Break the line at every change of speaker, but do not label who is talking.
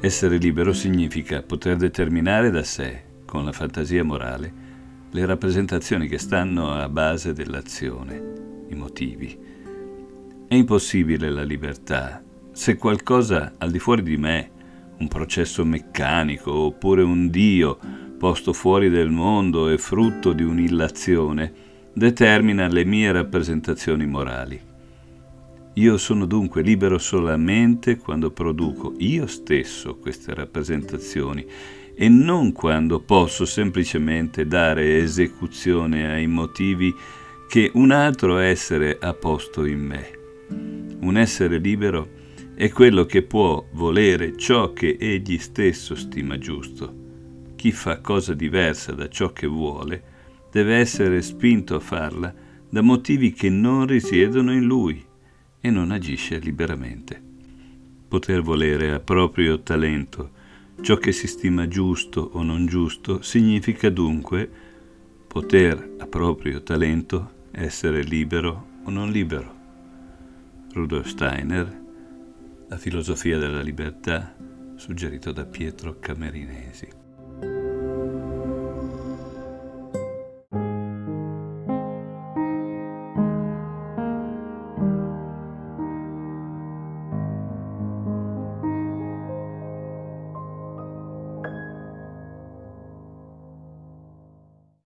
Essere libero significa poter determinare da sé, con la fantasia morale, le rappresentazioni che stanno a base dell'azione, i motivi. È impossibile la libertà se qualcosa al di fuori di me, un processo meccanico oppure un Dio posto fuori del mondo e frutto di un'illazione, determina le mie rappresentazioni morali. Io sono dunque libero solamente quando produco io stesso queste rappresentazioni e non quando posso semplicemente dare esecuzione ai motivi che un altro essere ha posto in me. Un essere libero è quello che può volere ciò che egli stesso stima giusto. Chi fa cosa diversa da ciò che vuole deve essere spinto a farla da motivi che non risiedono in lui e non agisce liberamente. Poter volere a proprio talento ciò che si stima giusto o non giusto significa dunque poter a proprio talento essere libero o non libero. Rudolf Steiner, La filosofia della libertà, suggerito da Pietro Camerinesi.